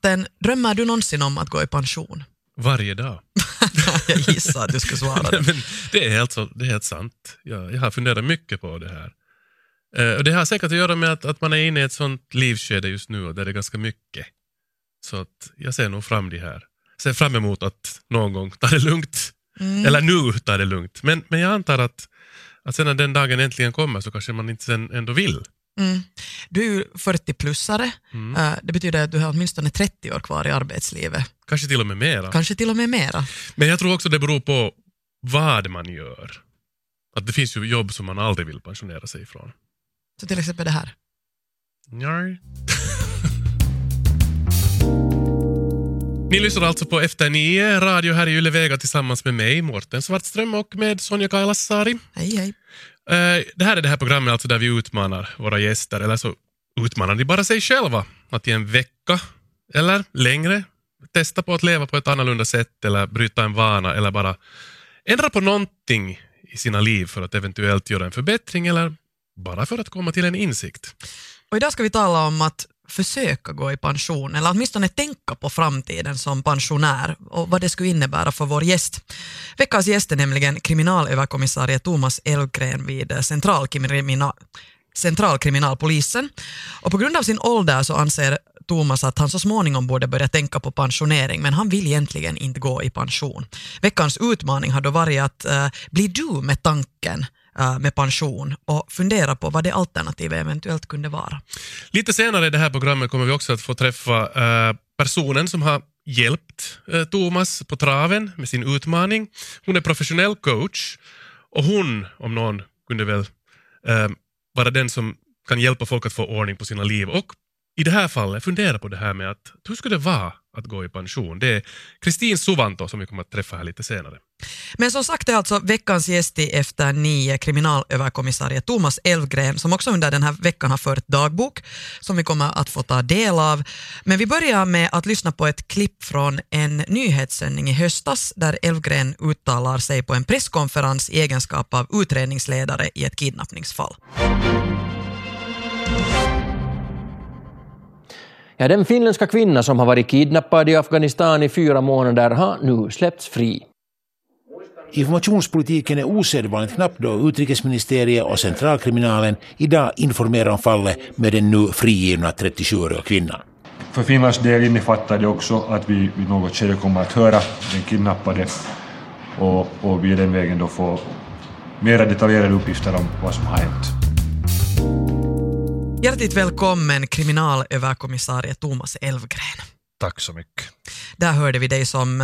Morten, drömmer du någonsin om att gå i pension? Varje dag. Jag gissar att du skulle svara det. Men det är helt sant. Jag har funderat mycket på det här. Och det har säkert att göra med att man är inne i ett sånt livsskede just nu och där det är ganska mycket. Så att jag ser nog ser fram emot att någon gång ta det lugnt. Eller nu ta det lugnt. Men jag antar att sen när den dagen äntligen kommer så kanske man inte sen ändå vill. Du är ju 40-plussare. Det betyder att du har åtminstone 30 år kvar i arbetslivet. Kanske till och med mera. Men jag tror också det beror på vad man gör. Att det finns ju jobb som man aldrig vill pensionera sig ifrån. Så till exempel det här. Nej. Ni lyssnar alltså på Efter 9 radio här i Ylevega tillsammans med mig, Morten Svartström, och med Sonja Kailasari. Hej. Det här är det här programmet alltså där vi utmanar våra gäster, eller så utmanar de bara sig själva att i en vecka eller längre testa på att leva på ett annorlunda sätt eller bryta en vana eller bara ändra på någonting i sina liv för att eventuellt göra en förbättring eller bara för att komma till en insikt. Och idag ska vi tala om att försöka gå i pension eller åtminstone tänka på framtiden som pensionär och vad det skulle innebära för vår gäst. Veckans gäst är nämligen kriminalöverkommissarie Thomas Elfgren vid Centralkriminalpolisen. Och på grund av sin ålder så anser Thomas att han så småningom borde börja tänka på pensionering, men han vill egentligen inte gå i pension. Veckans utmaning har då varit att bli du med tanken med pension och fundera på vad det alternativet eventuellt kunde vara. Lite senare i det här programmet kommer vi också att få träffa personen som har hjälpt Thomas på traven med sin utmaning. Hon är professionell coach och hon, om någon, kunde väl vara den som kan hjälpa folk att få ordning på sina liv och i det här fallet fundera på det här med att hur skulle det vara att gå i pension. Det är Kristin Suvanto som vi kommer att träffa här lite senare. Men som sagt är alltså veckans gäst i Efter 9 kriminalöverkommissarie Thomas Elfgren som också under den här veckan har fört dagbok som vi kommer att få ta del av. Men vi börjar med att lyssna på ett klipp från en nyhetssändning i höstas där Elfgren uttalar sig på en presskonferens i egenskap av utredningsledare i ett kidnappningsfall. Ja, den finländska kvinna som har varit kidnappad i Afghanistan i 4 månader har nu släppts fri. Informationspolitiken är osedvanligt knapp då utrikesministeriet och centralkriminalen idag informerar om fallet med den nu frigivna 37-åriga kvinnan. För Finlands del innefattar det också att vi vid något skede kommer att höra den kidnappade och vi den vägen då får mera detaljerade uppgifter om vad som har hänt. Hjärtligt välkommen kriminalöverkommissarie Thomas Elfgren. Tack så mycket. Där hörde vi dig som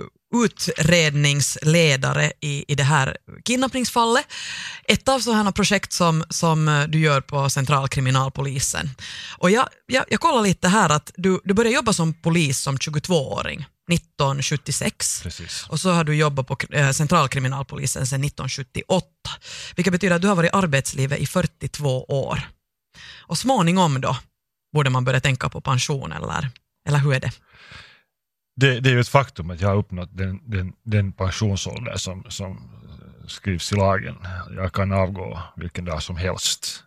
utredningsledare i det här kidnappningsfallet. Ett av sådana projekt som du gör på Centralkriminalpolisen. Och jag kollar lite här att du började jobba som polis som 22-åring 1976. Precis. Och så har du jobbat på Centralkriminalpolisen sedan 1978. Vilket betyder att du har varit i arbetslivet i 42 år. Och småningom då borde man börja tänka på pension eller hur är det? Det är ju ett faktum att jag har uppnått den pensionsålder som skrivs i lagen. Jag kan avgå vilken dag som helst.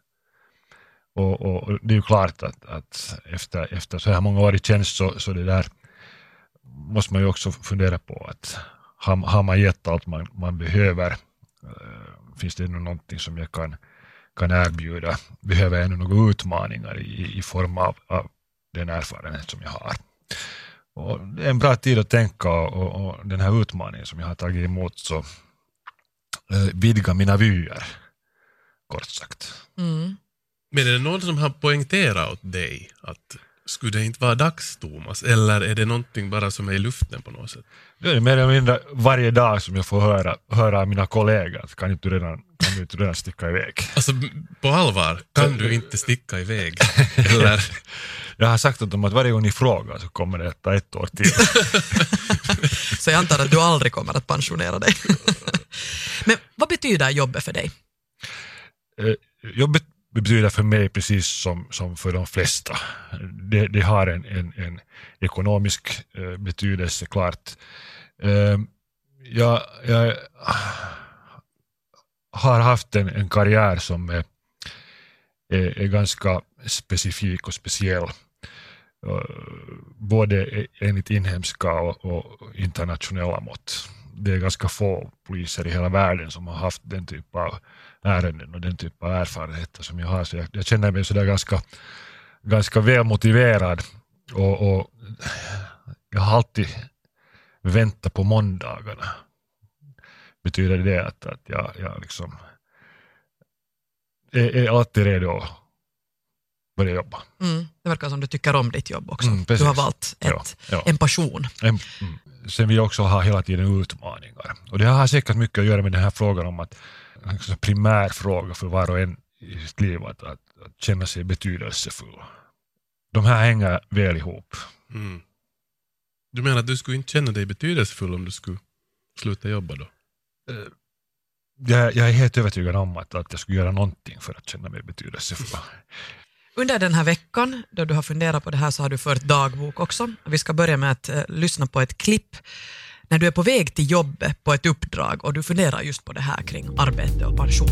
Och det är ju klart att efter så här många år i tjänst så det där måste man ju också fundera på att har man gett allt man behöver, finns det någonting som jag kan erbjuda, behöver jag ännu några utmaningar i form av den erfarenhet som jag har. Och det är en bra tid att tänka och den här utmaningen som jag har tagit emot så vidga mina vyer, kort sagt. Mm. Men är det någon som har poängterat åt dig att skulle det inte vara dags, Thomas? Eller är det någonting bara som är i luften på något sätt? Det är mer eller mindre varje dag som jag får höra av mina kollegor att kan du inte redan sticka iväg. Alltså på allvar, kan du inte sticka iväg? Eller? Jag har sagt åt dem att varje gång ni frågar så kommer det att ta 1 år till. Så jag antar att du aldrig kommer att pensionera dig. Men vad betyder jobbet för dig? Jobbet betyder för mig precis som för de flesta. Det har en ekonomisk betydelse, klart. Jag har haft en karriär som är ganska specifik och speciell. både enligt inhemska och internationella mått. Det är ganska få poliser i hela världen som har haft den typ av ärenden och den typ av erfarenheter som jag har. Så jag känner mig sådär ganska välmotiverad och jag har alltid väntat på måndagarna. Betyder det att jag liksom är alltid redo att börja jobba. Det verkar som du tycker om ditt jobb också. Du har valt en passion. Sen vill jag också ha hela tiden utmaningar. Och det har säkert mycket att göra med den här frågan om att en primär fråga för var och en i sitt liv att känna sig betydelsefull. De här hänger väl ihop. Du menar att du skulle inte känna dig betydelsefull om du skulle sluta jobba då? Jag är helt övertygad om att jag skulle göra någonting för att känna mig betydelsefull. Under den här veckan då du har funderat på det här så har du fört dagbok också. Vi ska börja med att lyssna på ett klipp när du är på väg till jobbet på ett uppdrag och du funderar just på det här kring arbete och pension.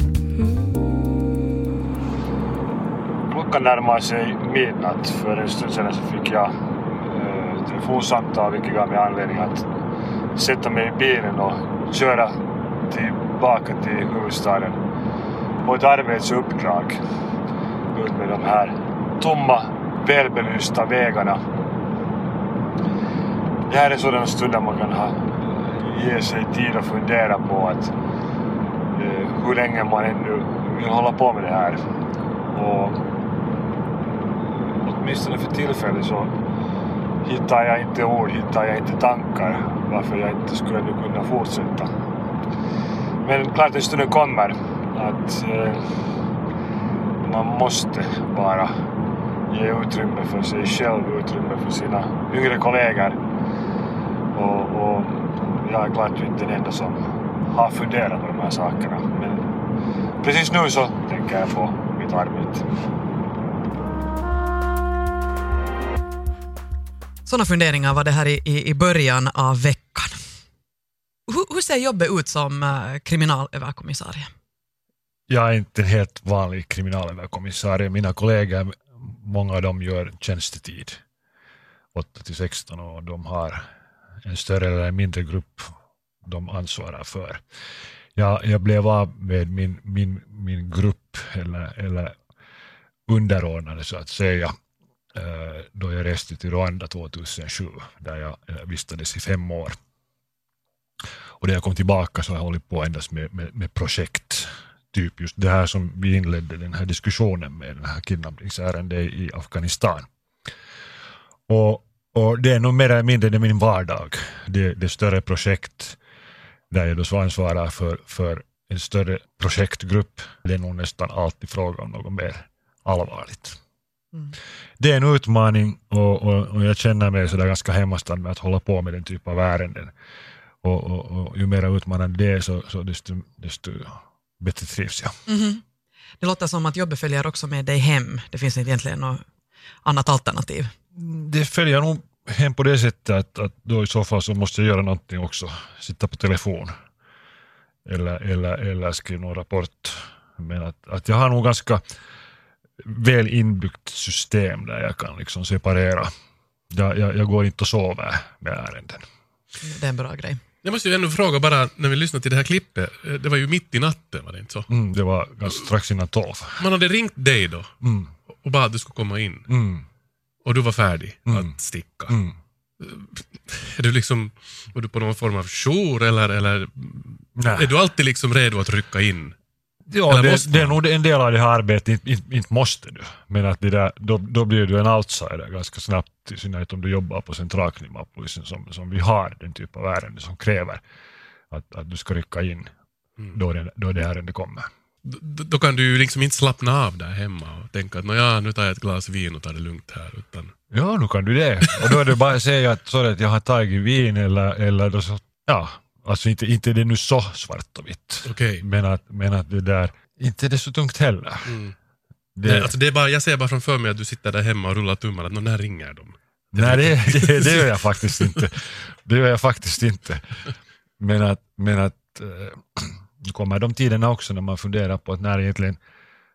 Klockan närmar sig midnatt. För en stund sedan så fick jag telefonsamtal vilket gav mig anledning att sätta mig i bilen och köra tillbaka till huvudstaden på ett arbetsuppdrag ut med de här tomma, välbelysta vägarna. Det här är sådana stunder man kan ge sig tid att fundera på att hur länge man ännu vill hålla på med det här. Och åtminstone för tillfället så hittar jag inte tankar varför jag inte skulle kunna fortsätta. Men klart en stund kommer att man måste bara ge utrymme för sig själv, utrymme för sina yngre kollegor. Och jag är klart inte den enda som har funderat på de här sakerna. Men precis nu så tänker jag på mitt arbete. Sådana funderingar var det här i början av veckan. Hur ser jobbet ut som kriminalöverkommissarie? Jag är inte en helt vanlig kriminalöverkommissarie. Mina kollegor, många av dem gör tjänstetid 8-16 och de har en större eller mindre grupp de ansvarar för. Jag blev av med min grupp eller underordnade så att säga då jag reste till Rwanda 2007 där jag vistades i 5 år. Och när jag kom tillbaka så har jag hållit på endast med projekt. Typ just det här som vi inledde den här diskussionen med den här kidnappningsärendet i Afghanistan. Och det är nog mer eller mindre min vardag. Det är större projekt där jag då så ansvarar för en större projektgrupp. Det är nog nästan alltid fråga om något mer allvarligt. Det är en utmaning och jag känner mig så där ganska hemmastad med att hålla på med den typ av ärenden. Och ju mer utmanande det är så desto bättre trivs jag. Det låter som att jobbet följer också med dig hem. Det finns inte egentligen något annat alternativ. Det följer nog hem på det sättet att då i så fall så måste jag göra någonting också. Sitta på telefon. Eller skriva någon rapport. Men att jag har nog ganska väl inbyggt system där jag kan liksom separera. Jag går inte och sover med ärenden. Det är en bra grej. Jag måste ju ändå fråga bara när vi lyssnade till det här klippet. Det var ju mitt i natten, var det inte så? Det var ganska strax innan 12. Man hade ringt dig då och bara att du skulle komma in. Och du var färdig att sticka. Är du liksom, var du på någon form av jour eller är du alltid liksom redo att rycka in? Ja, det är nog en del av det här arbetet, inte måste du. Men att det där, då blir du en outsider ganska snabbt, i synnerhet om du jobbar på centralkriminalpolisen som vi har den typ av ärende som kräver att du ska rycka in då det ärende kommer. Då kan du ju liksom inte slappna av där hemma och tänka att nu tar jag ett glas vin och tar det lugnt här. Utan... Ja, nu kan du det. Och då är det bara att säga att jag har tagit vin eller då så, ja. Alltså inte det är nu så svart och vitt. Okay. Men att det där, inte är det så tungt heller. Nej, alltså det är bara, jag ser bara framför mig att du sitter där hemma och rullar tummarna. Att när ringer de? Nej, det gör jag faktiskt inte. Det gör jag faktiskt inte. Men att kommer de tiderna också när man funderar på att när egentligen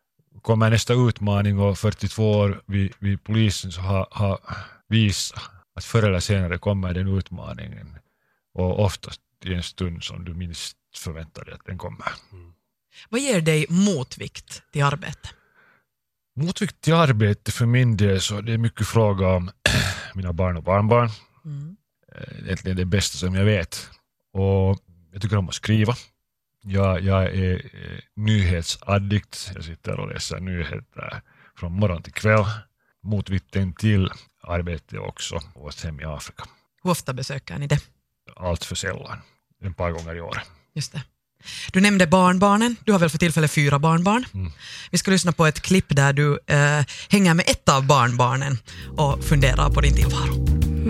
kommer nästa utmaning och 42 år vid polisen så har visat att förr eller senare kommer den utmaningen och oftast i en stund som du minst förväntar dig att den kommer. Vad ger dig motvikt till arbete? Motvikt till arbete för min del så det är mycket fråga om mina barn och barnbarn. Egentligen det bästa som jag vet. Och jag tycker om att skriva. Jag är nyhetsaddikt. Jag sitter och läser nyheter från morgon till kväll. Motvikten till arbete också och ett hem i Afrika. Hur ofta besöker ni det? Allt för sällan. Ett par gånger i år. Just det. Du nämnde barnbarnen. Du har väl för tillfälle 4 barnbarn. Vi ska lyssna på ett klipp där du hänger med ett av barnbarnen och funderar på din tillvaro.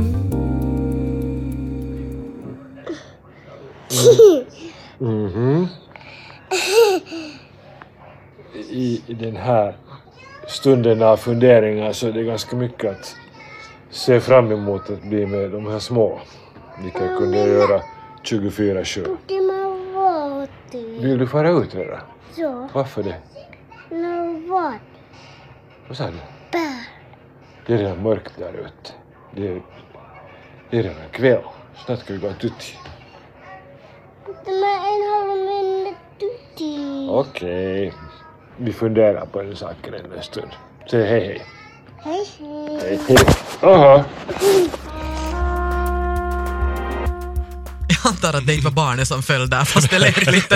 I den här stunden av funderingar så är det ganska mycket att se fram emot att bli med de här små. Vilka kunde jag göra 24/7. Vill du fara ut redan? Ja. Varför det? Vad? Vad sa du? Bär. Det är redan mörkt där ute. Det är redan kväll. Snart ska vi gå ut. Tämä en halua mennä tytiin. Okej. Vi funderar på en sak en stund. Säg hej hej. Hej hej. Hej hej. Aha. Jag antar att det inte var barnet som föll där, fast det lät lite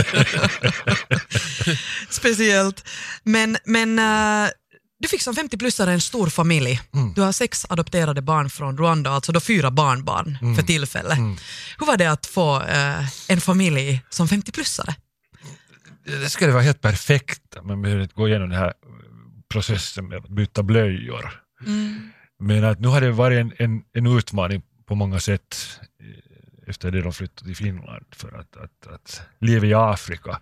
speciellt. Men du fick som 50-plussare en stor familj. Du har 6 adopterade barn från Rwanda, alltså då 4 barnbarn för tillfället. Hur var det att få en familj som 50-plussare? Det skulle vara helt perfekt. Man behöver inte gå igenom den här processen med att byta blöjor. Men att nu har det varit en utmaning på många sätt efter det de flyttade till Finland. För att livet i Afrika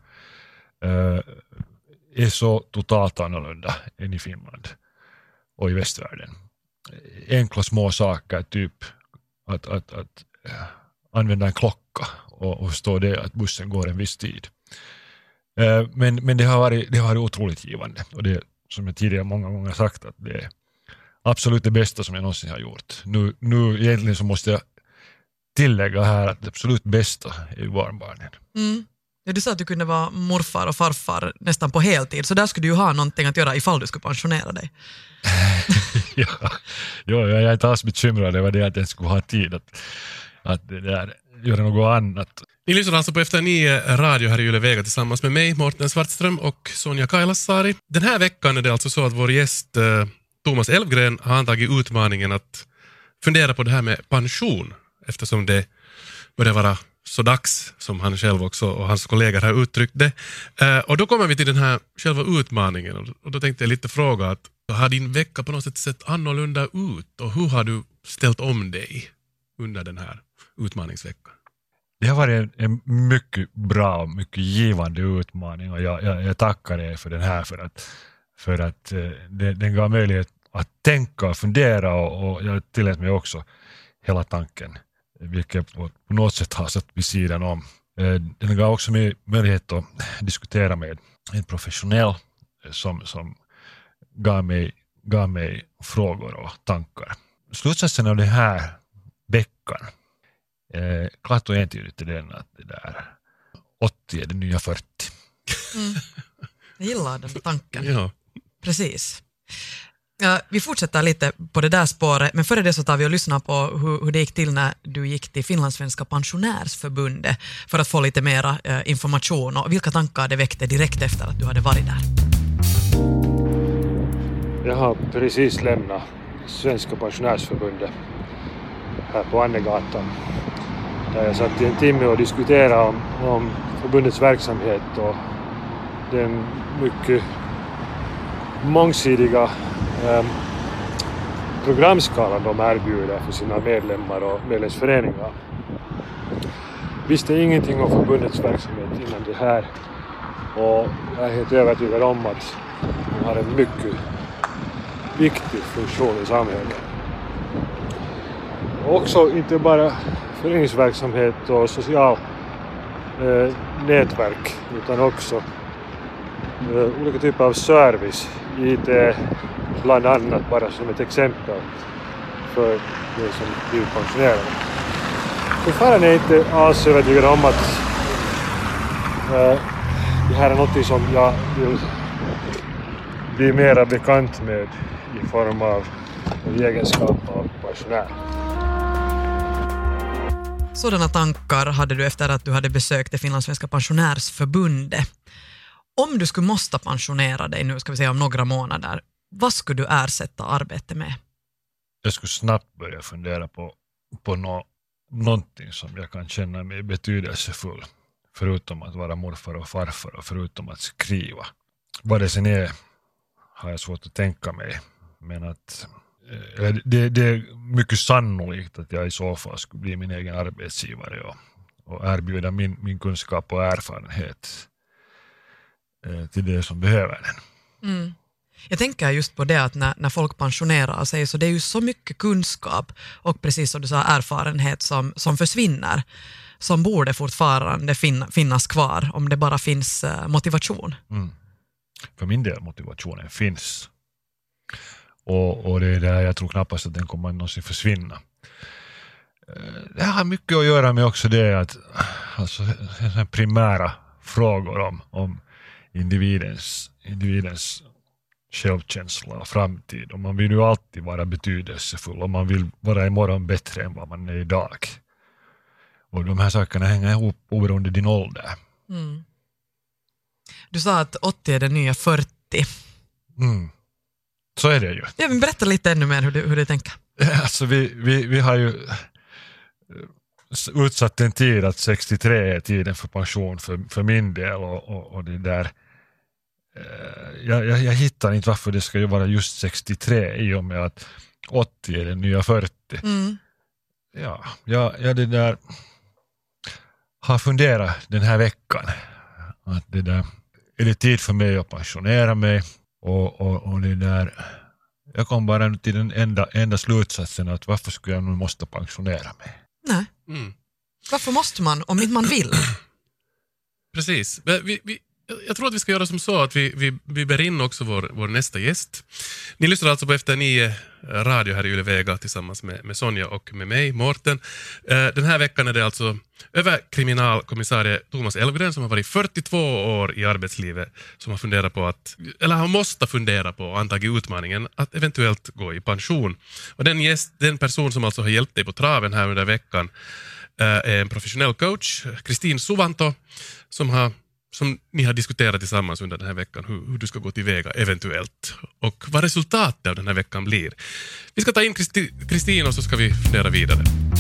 är så totalt annorlunda än i Finland och i västvärlden. Enkla små saker, typ att använda en klocka och förstå det att bussen går en viss tid. Men det har varit otroligt givande. Och det som jag tidigare många gånger sagt att det är absolut det bästa som jag någonsin har gjort. Nu egentligen så måste jag tillägga här att det absolut bästa är barnbarnen. Ja, du sa att du kunde vara morfar och farfar nästan på heltid, så där skulle du ju ha någonting att göra ifall du skulle pensionera dig. Ja, jag är inte alls bekymrad över det att jag skulle ha tid att det där, göra något annat. Ni lyssnar alltså på Efter 9 radio här i Yle Vega tillsammans med mig, Mårten Svartström och Sonja Kailasari. Den här veckan är det alltså så att vår gäst Thomas Elfgren har antagit utmaningen att fundera på det här med pension, eftersom det börjar vara så dags som han själv också och hans kollegor har uttryckt det. Och då kommer vi till den här själva utmaningen och då tänkte jag lite fråga att har din vecka på något sätt sett annorlunda ut och hur har du ställt om dig under den här utmaningsveckan? Det har varit en mycket bra och mycket givande utmaning och jag tackar er för den här för att den gav möjlighet att tänka och fundera och jag tillät mig också hela tanken, vilket på något sätt har satt vid sidan om. Den gav också mig möjlighet att diskutera med en professionell som gav mig frågor och tankar. Slutsatsen av den här veckan klart och entydigt är den att det där 80 är det nya 40. Jag gillar den tanken. Ja. Precis. Vi fortsätter lite på det där spåret, men före det så tar vi och lyssnar på hur det gick till när du gick till Finlandssvenska pensionärsförbundet för att få lite mera information och vilka tankar det väckte direkt efter att du hade varit där. Jag har precis lämnat Svenska pensionärsförbundet här på Annegatan. Där jag satt i en timme och diskuterade om förbundets verksamhet och den mycket mångsidiga programskalan de erbjuder för sina medlemmar och medlemsföreningar. Visste ingenting om förbundets verksamhet innan det här och jag är helt övertygad om att de har en mycket viktig funktion i samhället. Och också inte bara föreningsverksamhet och social nätverk utan också olika typer av service. IT bland annat, bara som ett exempel för det som blir pensionerade. Fortfarande är inte alls övertygad om att det här är något som jag vill bli mer bekant med i form av egenskap av pensionär. Sådana tankar hade du efter att du hade besökt det finlandssvenska pensionärsförbundet. Om du skulle måste pensionera dig nu, ska vi säga om några månader, vad skulle du ersätta arbete med? Jag skulle snabbt börja fundera på någonting som jag kan känna mig betydelsefull. Förutom att vara morfar och farfar och förutom att skriva. Vad det sen är har jag svårt att tänka mig. Men att det är mycket sannolikt att jag i så fall skulle bli min egen arbetsgivare och erbjuda min kunskap och erfarenhet till det som behöver den. Mm. Jag tänker just på det att när folk pensionerar sig så det är ju så mycket kunskap och precis som du sa erfarenhet som försvinner, som borde fortfarande finnas kvar om det bara finns motivation. Mm. För min del motivationen finns. Och det är där jag tror knappast att den kommer någonsin försvinna. Det har mycket att göra med också det att alltså, primära frågor om individens självkänsla och framtid. Och man vill ju alltid vara betydelsefull och man vill vara imorgon bättre än vad man är idag. Och de här sakerna hänger ihop oberoende din ålder. Mm. Du sa att 80 är det nya 40. Mm. Så är det ju. Ja, men berätta lite ännu mer hur du tänker. Alltså vi har ju utsatt en tid att 63 är tiden för pension för min del och det där. Jag hittar inte varför det ska ju vara just 63 i och med att 80 är det nya 40. Mm. Ja, jag det där har funderat den här veckan att det där är det tid för mig att pensionera mig och det där jag kom bara till den enda slutsatsen att varför skulle jag nu måste pensionera mig? Nej. Mm. Varför måste man om inte man vill? Precis. Jag tror att vi ska göra som så att vi bär in också vår nästa gäst. Ni lyssnar alltså på Efter 9 radio här i Yle Vega tillsammans med Sonja och med mig, Mårten. Den här veckan är det alltså överkriminalkommissarie Thomas Elvgren som har varit 42 år i arbetslivet som har funderat på han måste fundera på och antagit utmaningen att eventuellt gå i pension. Och den person som alltså har hjälpt dig på traven här under veckan är en professionell coach, Kristin Suvanto, som ni har diskuterat tillsammans under den här veckan hur du ska gå tillväga eventuellt och vad resultatet av den här veckan blir. Vi ska ta in Kristin och så ska vi fundera vidare.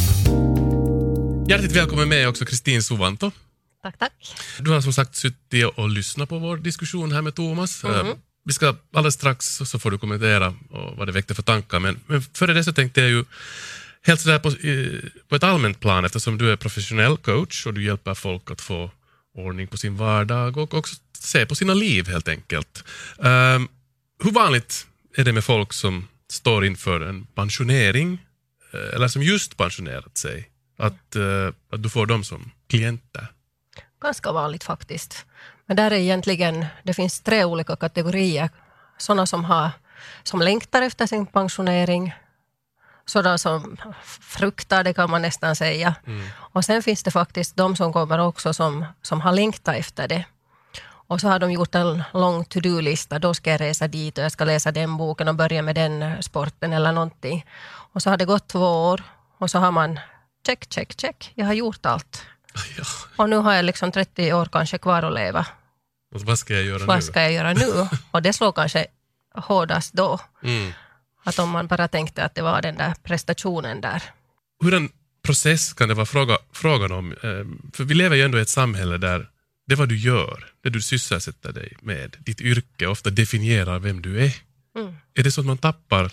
Hjärtligt välkommen med också Kristin Suvanto. Tack. Du har som sagt suttit och lyssnat på vår diskussion här med Thomas. Vi ska alldeles strax så får du kommentera vad det väckte för tankar. Men före det så tänkte jag ju helt sådär på ett allmänt plan eftersom du är professionell coach och du hjälper folk att få ordning på sin vardag och också se på sina liv helt enkelt. Hur vanligt är det med folk som står inför en pensionering eller som just pensionerat sig att du får dem som klienter? Ganska vanligt faktiskt. Men där är egentligen, det finns 3 olika kategorier. Sådana som längtar efter sin pensionering, sådana som fruktar det kan man nästan säga. Och sen finns det faktiskt de som kommer också som har längtat efter det. Och så har de gjort en lång to-do-lista. Då ska jag resa dit och jag ska läsa den boken och börja med den sporten eller någonting. Och så har det gått 2 år och så har man check. Jag har gjort allt. Ja. Och nu har jag liksom 30 år kanske kvar att leva. Och vad ska jag göra nu? Vad ska jag göra nu? Och det slår kanske hårdast då. Att om man bara tänkte att det var den där prestationen där. Hur en process kan det vara frågan om? För vi lever ju ändå i ett samhälle där det vad du gör, det du sysselsätter dig med, ditt yrke ofta definierar vem du är. Är det så att man tappar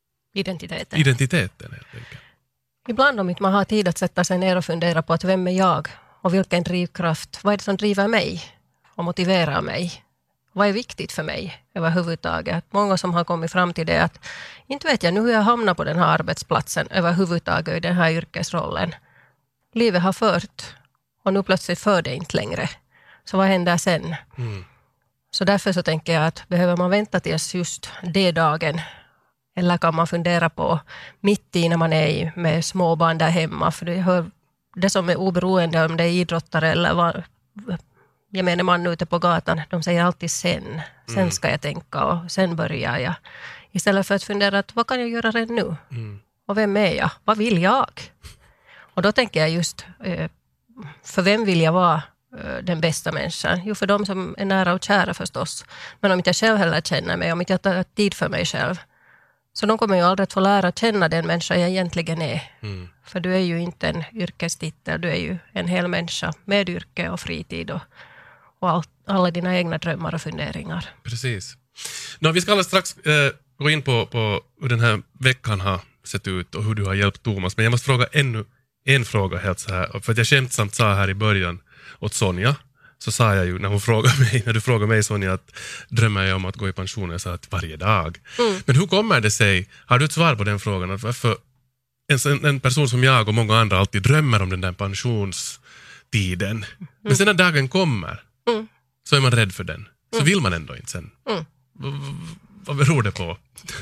identiteten helt enkelt? Ibland om inte man har tid att sätta sig ner och fundera på att vem är jag och vilken drivkraft, vad är det som driver mig och motiverar mig? Vad är viktigt för mig överhuvudtaget? Många som har kommit fram till det att inte vet jag nu hur jag hamnar på den här arbetsplatsen överhuvudtaget i den här yrkesrollen. Livet har fört och nu plötsligt för det inte längre. Så vad händer sen? Så därför så tänker jag att behöver man vänta tills just det dagen, eller kan man fundera på mitt i när man är med småbarn där hemma, för det som är oberoende om det är idrottare eller gemene man ute på gatan, de säger alltid sen ska jag tänka och sen börjar jag. Istället för att fundera att vad kan jag göra redan nu? Och vem är jag? Vad vill jag? Och då tänker jag just, för vem vill jag vara den bästa människan? Jo, för de som är nära och kära förstås. Men om inte jag själv heller känner mig, om inte jag tar tid för mig själv, så de kommer ju aldrig att få lära känna den människa jag egentligen är. För du är ju inte en yrkestitel, du är ju en hel människa med yrke och fritid och alla dina egna drömmar och funderingar. Precis. Vi ska alldeles strax gå in på hur den här veckan har sett ut och hur du har hjälpt Thomas. Men jag måste fråga ännu en fråga helt så här. För att jag skämtsamt sa här i början åt Sonja, så sa jag ju när du frågade mig Sonja, att drömmer jag om att gå i pension? Jag sa att varje dag. Men hur kommer det sig, har du ett svar på den frågan, att varför en person som jag och många andra alltid drömmer om den där pensionstiden, men sen när dagen kommer så är man rädd för den, så vill man ändå inte sen. Vad beror det på?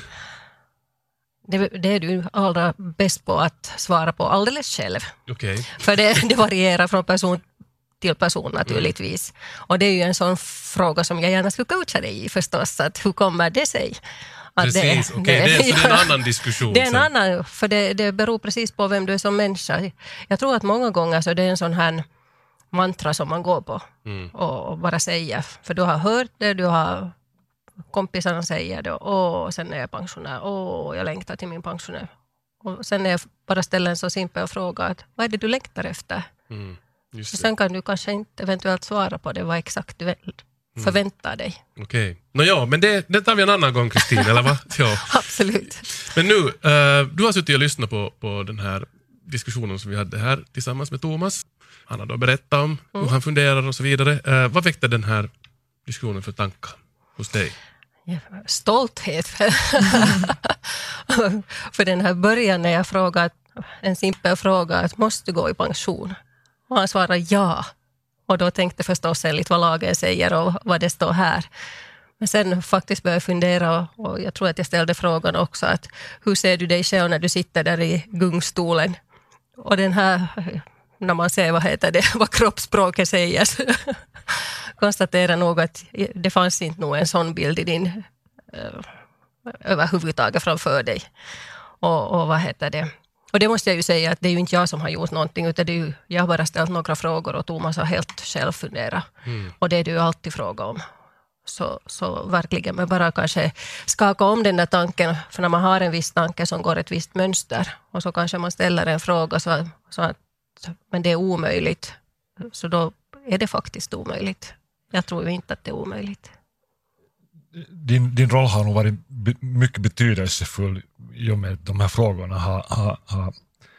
Det är du allra bäst på att svara på alldeles själv. Okay. För det varierar från person till person naturligtvis. Och det är ju en sån fråga som jag gärna skulle coacha dig i förstås. Att hur kommer det sig? Precis, okej. Det är en annan diskussion. Det är en annan, för det beror precis på vem du är som människa. Jag tror att många gånger så det är en sån här mantra som man går på och bara säger. För du har hört det, du har kompisarna säger det, sen är jag pensionär, jag längtar till min pensionär. Och sen är jag bara ställer en så simpel fråga att vad är det du längtar efter? Just det. Sen kan du kanske inte eventuellt svara på det, vad exakt du förväntar dig. Okej. Men det tar vi en annan gång, Kristin, eller vad? Ja. Absolut. Men nu, du har suttit och lyssnat på den här diskussionen som vi hade här tillsammans med Thomas. Han har då berättat om hur han funderar och så vidare. Vad väckte den här diskussionen för tankar hos dig? Stolthet. För den här början när jag frågat en simpel fråga att måste du gå i pension? Och han svarade ja. Och då tänkte förstås enligt vad lagen säger och vad det står här. Men sen faktiskt började jag fundera och jag tror att jag ställde frågan också att hur ser du dig själv när du sitter där i gungstolen? Och den här, när man ser vad kroppsspråket säger, konstaterar nog att det fanns inte nog en sån bild i din överhuvudtaget framför dig. Och Och det måste jag ju säga att det är ju inte jag som har gjort någonting, utan det är ju, jag har bara ställt några frågor och Thomas har helt själv funderat. Och det är det ju alltid fråga om. Så verkligen, men bara kanske skaka om den där tanken, för när man har en viss tanke som går ett visst mönster och så kanske man ställer en fråga så att men det är omöjligt, så då är det faktiskt omöjligt. Jag tror ju inte att det är omöjligt. Din roll har nog varit mycket betydelsefull i och med att de här frågorna har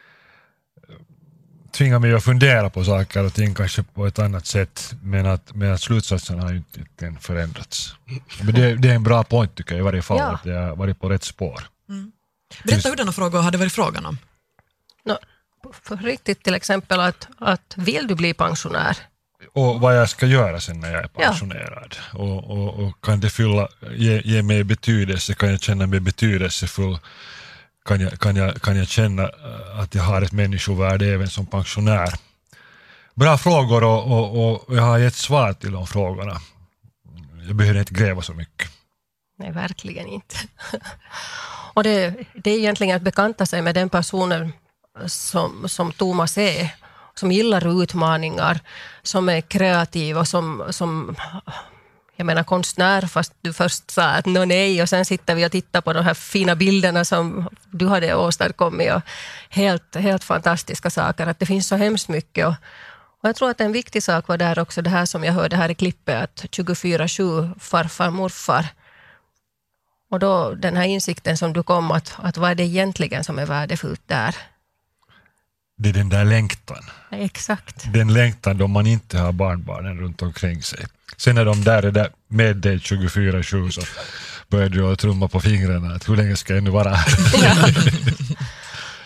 tvingat mig att fundera på saker och ting kanske på ett annat sätt, men att slutsatsen har ju inte förändrats. Men det är en bra point tycker jag i varje fall, att jag har varit på rätt spår. Berätta hur denna fråga hade varit frågan om. No, riktigt till exempel att vill du bli pensionär? Och vad jag ska göra sen när jag är pensionerad. Ja. Och kan det ge mig betydelse? Kan jag känna mig betydelsefull? Kan jag känna att jag har ett människovärde även som pensionär? Bra frågor och jag har gett svar till de frågorna. Jag behöver inte gräva så mycket. Nej, verkligen inte. Och det är egentligen att bekanta sig med den personen som Thomas är. Som gillar utmaningar, som är kreativ och som jag menar konstnär, fast du först sa att nej, och sen sitter vi och tittar på de här fina bilderna som du hade åstadkommit och helt fantastiska saker, att det finns så hemskt mycket och jag tror att en viktig sak var där också det här som jag hörde här i klippet, att 24/7 farfar, morfar, och då den här insikten som du kom att vad är det egentligen som är värdefullt där? Det är den där längtan. Exakt. Den längtan då man inte har barnbarnen runt omkring sig. Sen när de där är där med dig 24/7 så börjar du att trumma på fingrarna. Att hur länge ska jag nu vara här?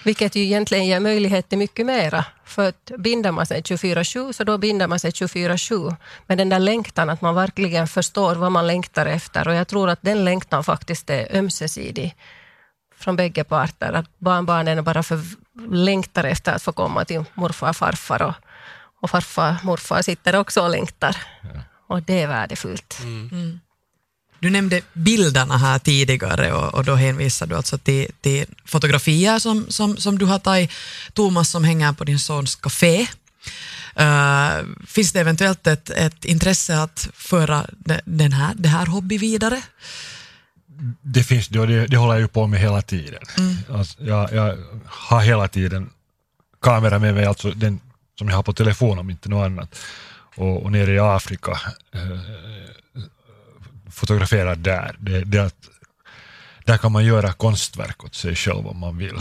Vilket ju egentligen ger möjlighet till mycket mera. För att binder man sig 24/7 så då binder man sig 24/7. Men den där längtan att man verkligen förstår vad man längtar efter. Och jag tror att den längtan faktiskt är ömsesidig från bägge parter. Att barnbarnen bara längtar efter att få komma till morfar och farfar. Och farfar och morfar sitter också och längtar. Ja. Och det är värdefullt. Mm. Du nämnde bilderna här tidigare och då hänvisar du alltså till fotografier som du har tagit, Thomas, som hänger på din sons café. Finns det eventuellt ett intresse att föra det här hobby vidare? Det finns det håller jag ju på med hela tiden. Alltså, jag har hela tiden kamera med mig, alltså den som jag har på telefon om inte något annat. Och nere i Afrika fotograferar där. Det att, där kan man göra konstverk åt sig själv om man vill.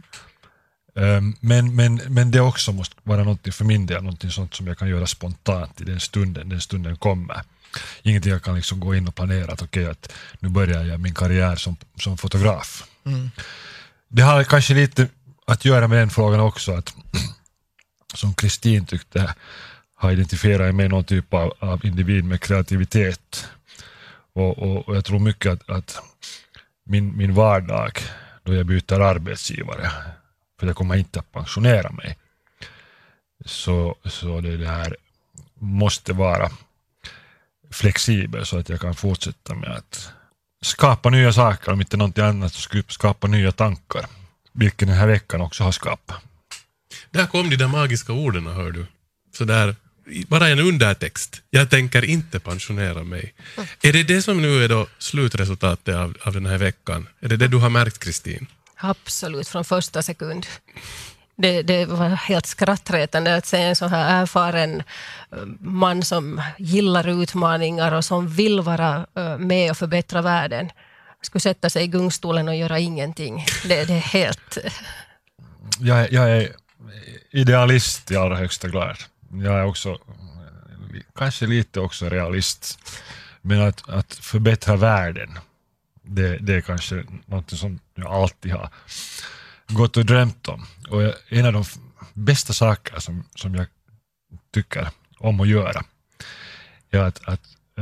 Men det också måste vara något för min del, något sånt som jag kan göra spontant i den stunden kommer. Ingenting jag kan liksom gå in och planera att att nu börjar jag min karriär som fotograf. Det har kanske lite att göra med den frågan också, att som Kristin tyckte har identifierat med någon typ av individ med kreativitet. Och jag tror mycket att min vardag då jag byter arbetsgivare, för jag kommer inte att pensionera mig, så det här måste vara flexibel så att jag kan fortsätta med att skapa nya saker, om inte någonting annat så skapa nya tankar, vilken den här veckan också har skapat. Där kom de där magiska orden, hör du. Så där, bara en undertext. Jag tänker inte pensionera mig. Är det som nu är då slutresultatet av den här veckan? Är det du har märkt, Kristin? Absolut, från första sekund. Det var helt skrattretande att se en så här erfaren man som gillar utmaningar och som vill vara med och förbättra världen. Skulle sätta sig i gungstolen och göra ingenting. Det är helt... Jag är idealist i allra högsta grad. Jag är också kanske lite också realist. Men att förbättra världen, det är kanske något som jag alltid har gått och drömt om. Och en av de bästa saker som jag tycker om att göra är att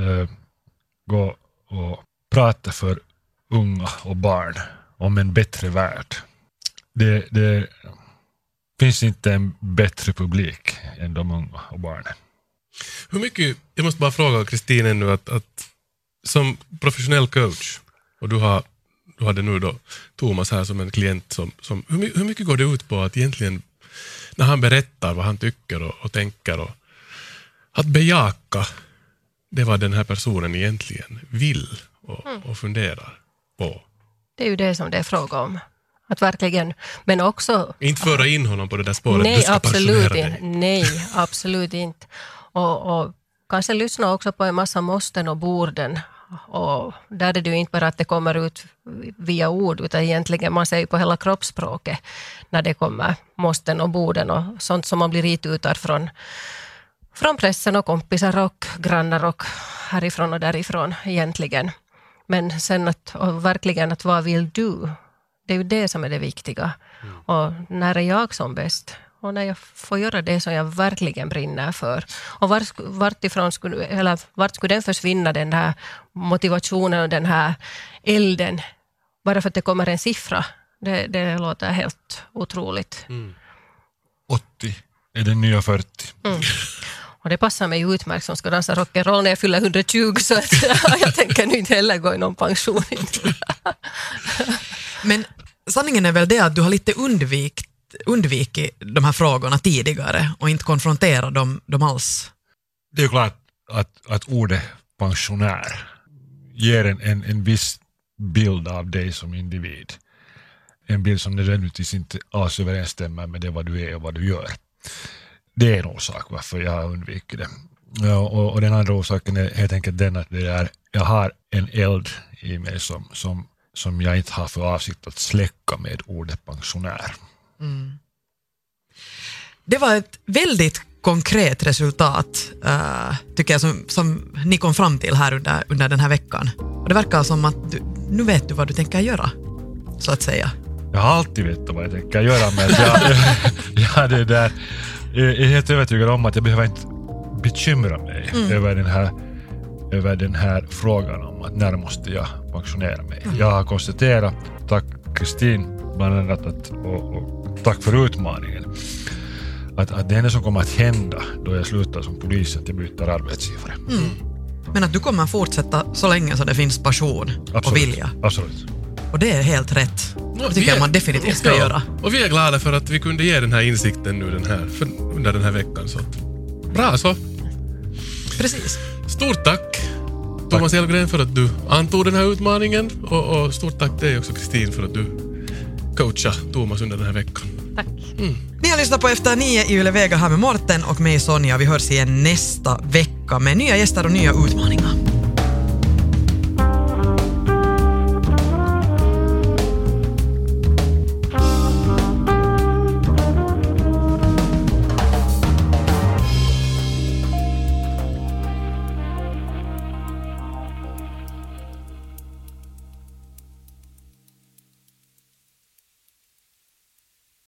gå och prata för unga och barn om en bättre värld. Det finns inte en bättre publik än de unga och barnen. Hur mycket, jag måste bara fråga Kristin ännu, att som professionell coach, och du hade nu då Thomas här som en klient, som hur mycket går det ut på att egentligen, när han berättar vad han tycker och tänker, och att bejaka det vad den här personen egentligen vill och funderar på? Det är ju det som det är fråga om. Att verkligen, men också... Inte föra in honom på det där spåret, nej, du ska absolut pensionera dig. Nej, absolut inte. Och kanske lyssna också på en massa måsten och borden. Och där är det ju inte bara att det kommer ut via ord, utan egentligen man ser ju på hela kroppsspråket när det kommer måsten och borden och sånt som man blir itutad från pressen och kompisar och grannar och härifrån och därifrån egentligen. Men sen verkligen att vad vill du? Det är ju det som är det viktiga. Och när är jag som bäst? Och när jag får göra det som jag verkligen brinner för. Och vart skulle den försvinna, den här motivationen och den här elden? Bara för att det kommer en siffra. Det låter helt otroligt. 80 är den nya 40. Och det passar mig utmärkt som ska dansa rock'n'roll när jag fyller 120, så att jag tänker nu inte heller gå i någon pension. Men sanningen är väl det att du har lite undvikit de här frågorna tidigare och inte konfronterat dem alls. Det är klart att ordet pensionär ger en viss bild av dig som individ. En bild som nödvändigtvis inte alls överensstämmer med det vad du är och vad du gör. Det är en orsak varför jag har undvikit det. Och den andra orsaken är helt enkelt den att jag har en eld i mig som jag inte har för avsikt att släcka med ordet pensionär. Det var ett väldigt konkret resultat tycker jag som ni kom fram till här under den här veckan. Och det verkar som att nu vet du vad du tänker göra, så att säga. Jag har alltid vetat vad jag tänker göra med att det där. Jag är helt övertygad om att jag behöver inte bekymra mig över den här frågan om att när måste jag pensionera mig. Jag har konstaterat, tack Kristin bland annat, och tack för utmaningen, att det enda som kommer att hända då jag slutar som polis att jag byter arbetsgivare. Men att du kommer fortsätta så länge så det finns passion och vilja. Absolut. Och det är helt rätt. Det tycker jag man definitivt ska göra. Och vi är glada för att vi kunde ge den här insikten nu under den här veckan. Så bra så. Precis. Stort tack Thomas Elfgren för att du antog den här utmaningen. Och stort tack till dig också Kristin för att du coachade Thomas under den här veckan. Tack. Ni har lyssnat på Efter 9 i Yle Vega här med Morten och mig Sonja. Vi hörs igen nästa vecka med nya gäster och nya utmaningar.